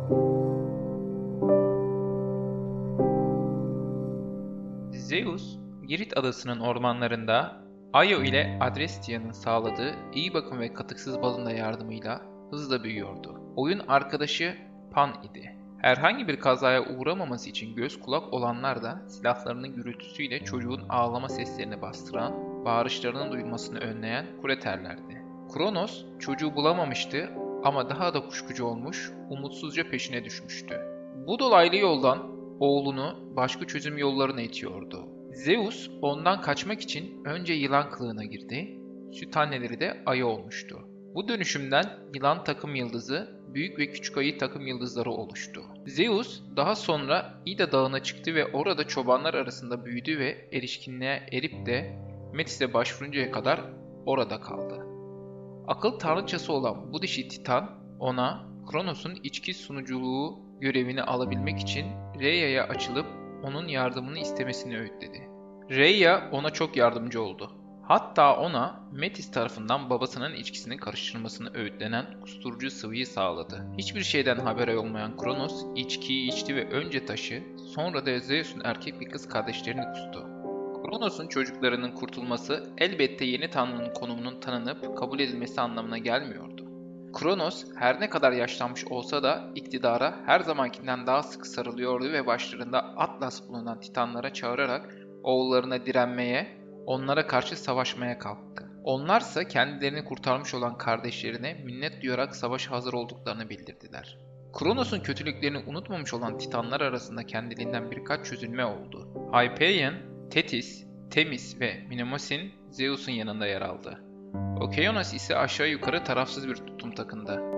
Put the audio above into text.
Zeus, Girit adasının ormanlarında Io ile Adrestia'nın sağladığı iyi bakım ve katıksız balında yardımıyla hızla büyüyordu. Oyun arkadaşı Pan idi. Herhangi bir kazaya uğramaması için göz kulak olanlar da silahlarının gürültüsüyle çocuğun ağlama seslerini bastıran, bağırışlarının duyulmasını önleyen kureterlerdi. Kronos çocuğu bulamamıştı ama daha da kuşkucu olmuş, umutsuzca peşine düşmüştü. Bu dolaylı yoldan oğlunu başka çözüm yollarına itiyordu. Zeus ondan kaçmak için önce yılan kılığına girdi, süt anneleri de ayı olmuştu. Bu dönüşümden yılan takım yıldızı, büyük ve küçük ayı takım yıldızları oluştu. Zeus daha sonra İda Dağı'na çıktı ve orada çobanlar arasında büyüdü ve erişkinliğe erip de Metis'e başvuruncaya kadar orada kaldı. Akıl tanrıçası olan bu dişi Titan ona Kronos'un içki sunuculuğu görevini alabilmek için Rhea'ya açılıp onun yardımını istemesini öğütledi. Rhea ona çok yardımcı oldu. Hatta ona Metis tarafından babasının içkisini karıştırmasını öğütlenen kusturucu sıvıyı sağladı. Hiçbir şeyden haberi olmayan Kronos içkiyi içti ve önce taşı, sonra da Zeus'un erkek bir kız kardeşlerini kustu. Kronos'un çocuklarının kurtulması elbette yeni tanrının konumunun tanınıp kabul edilmesi anlamına gelmiyordu. Kronos her ne kadar yaşlanmış olsa da iktidara her zamankinden daha sık sarılıyordu ve başlarında Atlas bulunan Titanlara çağırarak oğullarına direnmeye, onlara karşı savaşmaya kalktı. Onlarsa kendilerini kurtarmış olan kardeşlerine minnet duyarak savaşa hazır olduklarını bildirdiler. Kronos'un kötülüklerini unutmamış olan Titanlar arasında kendiliğinden birkaç çözülme oldu. Hyperion, Tethys, Themis ve Mnemosyne Zeus'un yanında yer aldı. Okeanos ise aşağı yukarı tarafsız bir tutum takındı.